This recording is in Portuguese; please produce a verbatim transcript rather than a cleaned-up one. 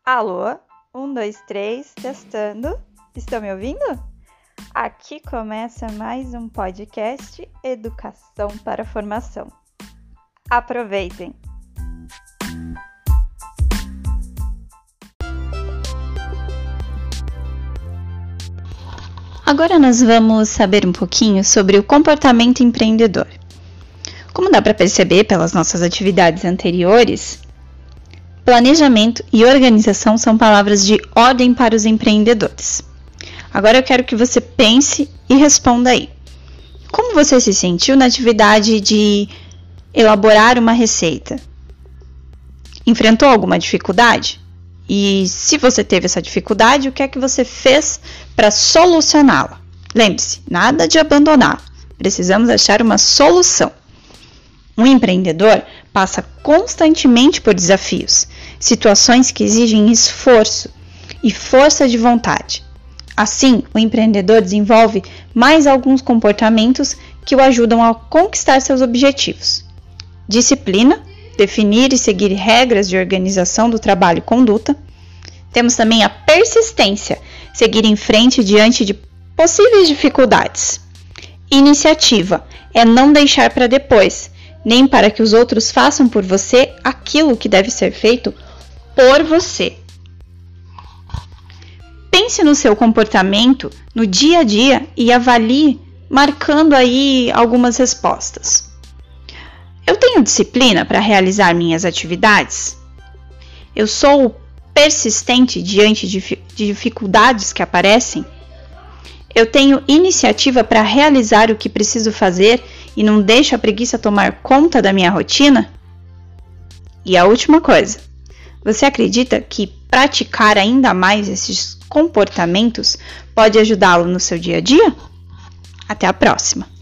Alô? Um, dois, três, testando. Estão me ouvindo? Aqui começa mais um podcast Educação para Formação. Aproveitem! Agora nós vamos saber um pouquinho sobre o comportamento empreendedor. Como dá para perceber pelas nossas atividades anteriores, planejamento e organização são palavras de ordem para os empreendedores. Agora eu quero que você pense e responda aí. Como você se sentiu na atividade de elaborar uma receita? Enfrentou alguma dificuldade? E se você teve essa dificuldade, o que é que você fez para solucioná-la? Lembre-se, nada de abandonar. Precisamos achar uma solução. Um empreendedor passa constantemente por desafios, situações que exigem esforço e força de vontade. Assim, o empreendedor desenvolve mais alguns comportamentos que o ajudam a conquistar seus objetivos. Disciplina, definir e seguir regras de organização do trabalho e conduta. Temos também a persistência, seguir em frente diante de possíveis dificuldades. Iniciativa é não deixar para depois, nem para que os outros façam por você aquilo que deve ser feito por você. Pense no seu comportamento no dia a dia e avalie, marcando aí algumas respostas. Eu tenho disciplina para realizar minhas atividades? Eu sou persistente diante de dificuldades que aparecem? Eu tenho iniciativa para realizar o que preciso fazer e não deixo a preguiça tomar conta da minha rotina? E a última coisa, você acredita que praticar ainda mais esses comportamentos pode ajudá-lo no seu dia a dia? Até a próxima!